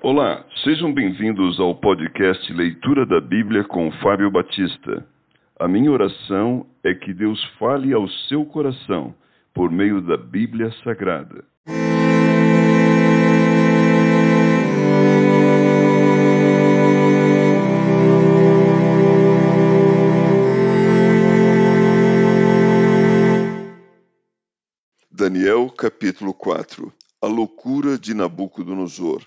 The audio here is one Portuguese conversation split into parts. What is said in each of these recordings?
Olá, sejam bem-vindos ao podcast Leitura da Bíblia com Fábio Batista. A minha oração é que Deus fale ao seu coração por meio da Bíblia Sagrada. Daniel, capítulo 4. A loucura de Nabucodonosor.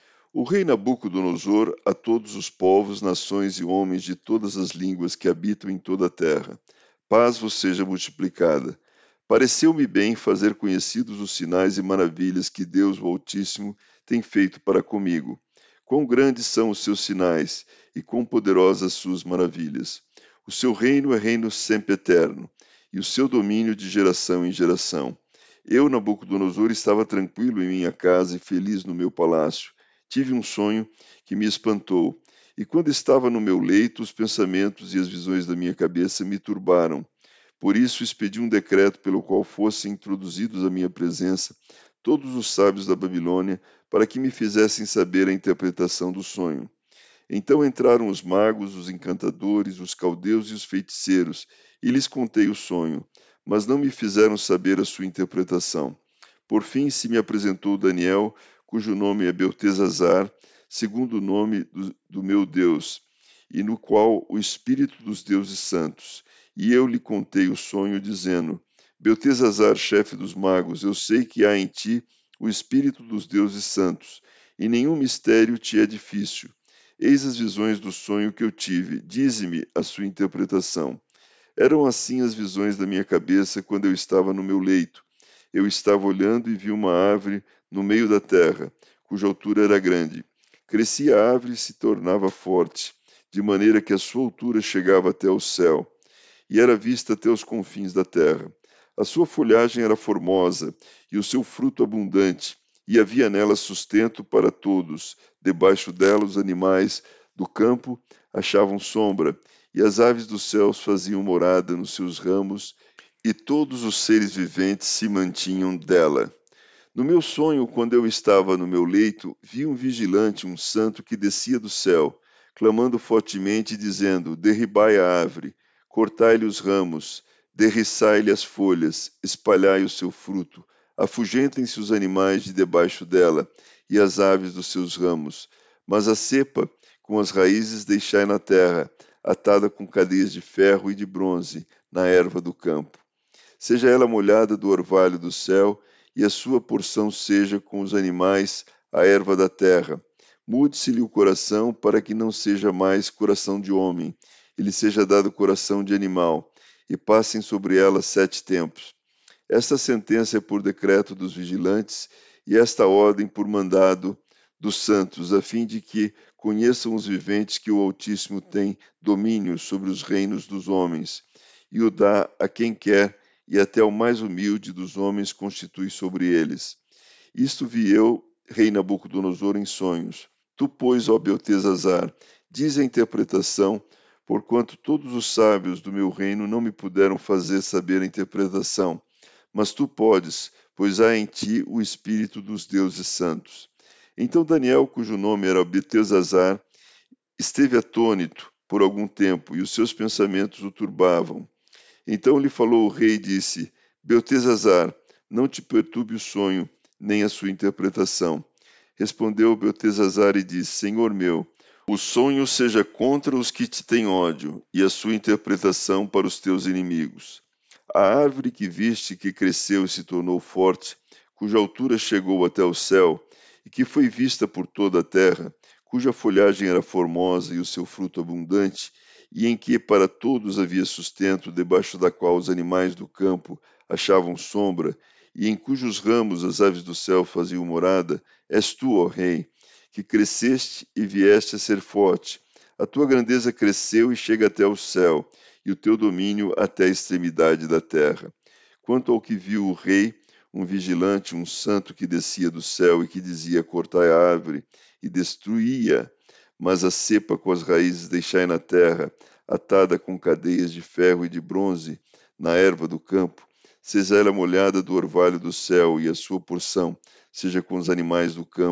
O rei Nabucodonosor, a todos os povos, nações e homens de todas as línguas que habitam em toda a terra, paz vos seja multiplicada. Pareceu-me bem fazer conhecidos os sinais e maravilhas que Deus, o Altíssimo, tem feito para comigo. Quão grandes são os seus sinais e quão poderosas suas maravilhas. O seu reino é reino sempiterno, e o seu domínio de geração em geração. Eu, Nabucodonosor, estava tranquilo em minha casa e feliz no meu palácio. Tive um sonho que me espantou, e quando estava no meu leito, os pensamentos e as visões da minha cabeça me turbaram. Por isso expedi um decreto pelo qual fossem introduzidos à minha presença todos os sábios da Babilônia, para que me fizessem saber a interpretação do sonho. Então entraram os magos, os encantadores, os caldeus e os feiticeiros, e lhes contei o sonho, mas não me fizeram saber a sua interpretação. Por fim se me apresentou Daniel, cujo nome é Beltesazar, segundo o nome do meu Deus, e no qual o Espírito dos deuses santos. E eu lhe contei o sonho, dizendo: Beltesazar, chefe dos magos, eu sei que há em ti o Espírito dos deuses santos, e nenhum mistério te é difícil. Eis as visões do sonho que eu tive, dize-me a sua interpretação. Eram assim as visões da minha cabeça quando eu estava no meu leito. Eu estava olhando e vi uma árvore no meio da terra, cuja altura era grande. Crescia a árvore e se tornava forte, de maneira que a sua altura chegava até o céu, e era vista até os confins da terra. A sua folhagem era formosa, e o seu fruto abundante, e havia nela sustento para todos. Debaixo dela os animais do campo achavam sombra, e as aves dos céus faziam morada nos seus ramos, e todos os seres viventes se mantinham dela. No meu sonho, quando eu estava no meu leito, vi um vigilante, um santo, que descia do céu, clamando fortemente, dizendo: Derribai a árvore, cortai-lhe os ramos, derriçai-lhe as folhas, espalhai o seu fruto, afugentem-se os animais de debaixo dela, e as aves dos seus ramos. Mas a cepa, com as raízes, deixai na terra, atada com cadeias de ferro e de bronze, na erva do campo. Seja ela molhada do orvalho do céu, e a sua porção seja com os animais a erva da terra. Mude-se-lhe o coração, para que não seja mais coração de homem, e lhe seja dado coração de animal, e passem sobre ela 7 tempos. Esta sentença é por decreto dos vigilantes, e esta ordem por mandado dos santos, a fim de que conheçam os viventes que o Altíssimo tem domínio sobre os reinos dos homens, e o dá a quem quer, e até o mais humilde dos homens constitui sobre eles. Isto vi eu, rei Nabucodonosor, em sonhos. Tu, pois, ó Beltesazar, diz a interpretação, porquanto todos os sábios do meu reino não me puderam fazer saber a interpretação. Mas tu podes, pois há em ti o Espírito dos deuses santos. Então Daniel, cujo nome era Beltesazar, esteve atônito por algum tempo, e os seus pensamentos o turbavam. Então lhe falou o rei e disse: Beltesazar, não te perturbe o sonho, nem a sua interpretação. Respondeu Beltesazar e disse: Senhor meu, o sonho seja contra os que te têm ódio, e a sua interpretação para os teus inimigos. A árvore que viste que cresceu e se tornou forte, cuja altura chegou até o céu, e que foi vista por toda a terra, cuja folhagem era formosa e o seu fruto abundante, e em que para todos havia sustento, debaixo da qual os animais do campo achavam sombra, e em cujos ramos as aves do céu faziam morada, és tu, ó Rei, que cresceste e vieste a ser forte. A tua grandeza cresceu e chega até o céu, e o teu domínio até a extremidade da terra. Quanto ao que viu o rei, um vigilante, um santo que descia do céu e que dizia: Cortai a árvore, e destruía, mas a cepa com as raízes deixai na terra, atada com cadeias de ferro e de bronze, na erva do campo, seja ela molhada do orvalho do céu, e a sua porção seja com os animais do campo,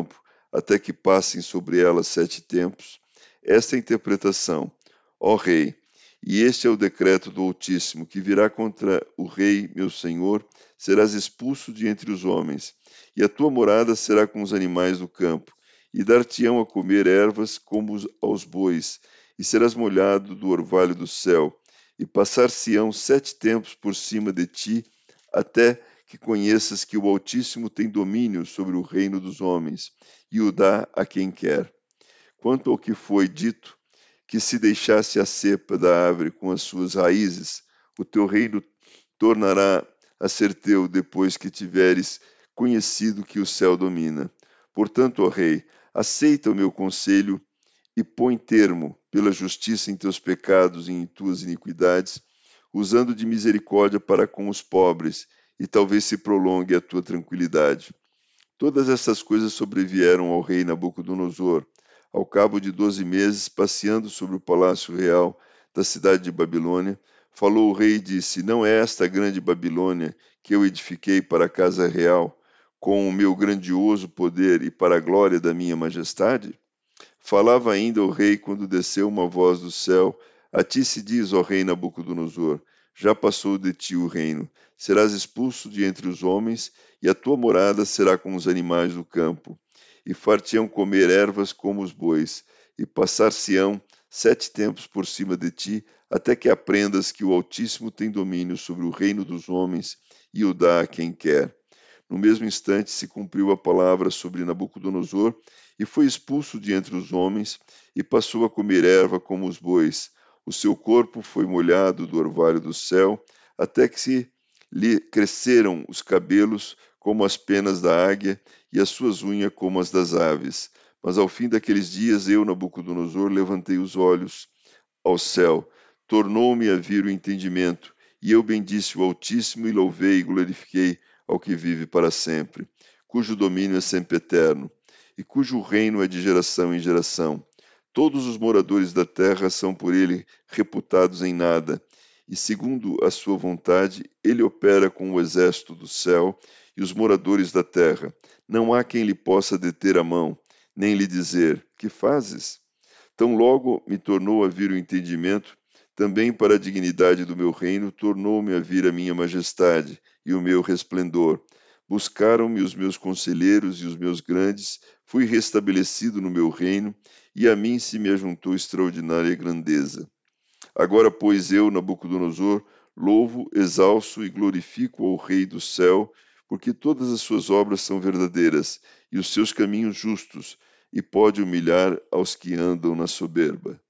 até que passem sobre ela 7 tempos. Esta é a interpretação, ó rei, e este é o decreto do Altíssimo, que virá contra o rei, meu senhor, serás expulso de entre os homens, e a tua morada será com os animais do campo, e dar-te-ão a comer ervas como aos bois, e serás molhado do orvalho do céu, e passar-se-ão 7 tempos por cima de ti, até que conheças que o Altíssimo tem domínio sobre o reino dos homens, e o dá a quem quer. Quanto ao que foi dito, que se deixasse a cepa da árvore com as suas raízes, o teu reino tornará a ser teu depois que tiveres conhecido que o céu domina. Portanto, ó rei, aceita o meu conselho e põe termo pela justiça em teus pecados e em tuas iniquidades, usando de misericórdia para com os pobres, e talvez se prolongue a tua tranquilidade. Todas essas coisas sobrevieram ao rei Nabucodonosor, ao cabo de 12 meses, passeando sobre o palácio real da cidade de Babilônia. Falou o rei e disse: Não é esta a grande Babilônia que eu edifiquei para a casa real, com o meu grandioso poder e para a glória da minha majestade? Falava ainda o rei quando desceu uma voz do céu: A ti se diz, ó rei Nabucodonosor, já passou de ti o reino. Serás expulso de entre os homens, e a tua morada será com os animais do campo. E far-te-ão comer ervas como os bois, e passar-se-ão 7 tempos por cima de ti, até que aprendas que o Altíssimo tem domínio sobre o reino dos homens e o dá a quem quer. No mesmo instante se cumpriu a palavra sobre Nabucodonosor, e foi expulso de entre os homens, e passou a comer erva como os bois. O seu corpo foi molhado do orvalho do céu, até que se lhe cresceram os cabelos como as penas da águia, e as suas unhas como as das aves. Mas ao fim daqueles dias eu, Nabucodonosor, levantei os olhos ao céu, tornou-me a vir o entendimento, e eu bendisse o Altíssimo e louvei e glorifiquei ao que vive para sempre, cujo domínio é sempre eterno, e cujo reino é de geração em geração. Todos os moradores da terra são por ele reputados em nada, e segundo a sua vontade, ele opera com o exército do céu e os moradores da terra. Não há quem lhe possa deter a mão, nem lhe dizer: Que fazes? Tão logo me tornou a vir o entendimento, também para a dignidade do meu reino tornou-me a vir a minha majestade e o meu resplendor. Buscaram-me os meus conselheiros e os meus grandes, fui restabelecido no meu reino, e a mim se me ajuntou extraordinária grandeza. Agora, pois, eu, Nabucodonosor, louvo, exalço e glorifico ao Rei do céu, porque todas as suas obras são verdadeiras e os seus caminhos justos, e pode humilhar aos que andam na soberba.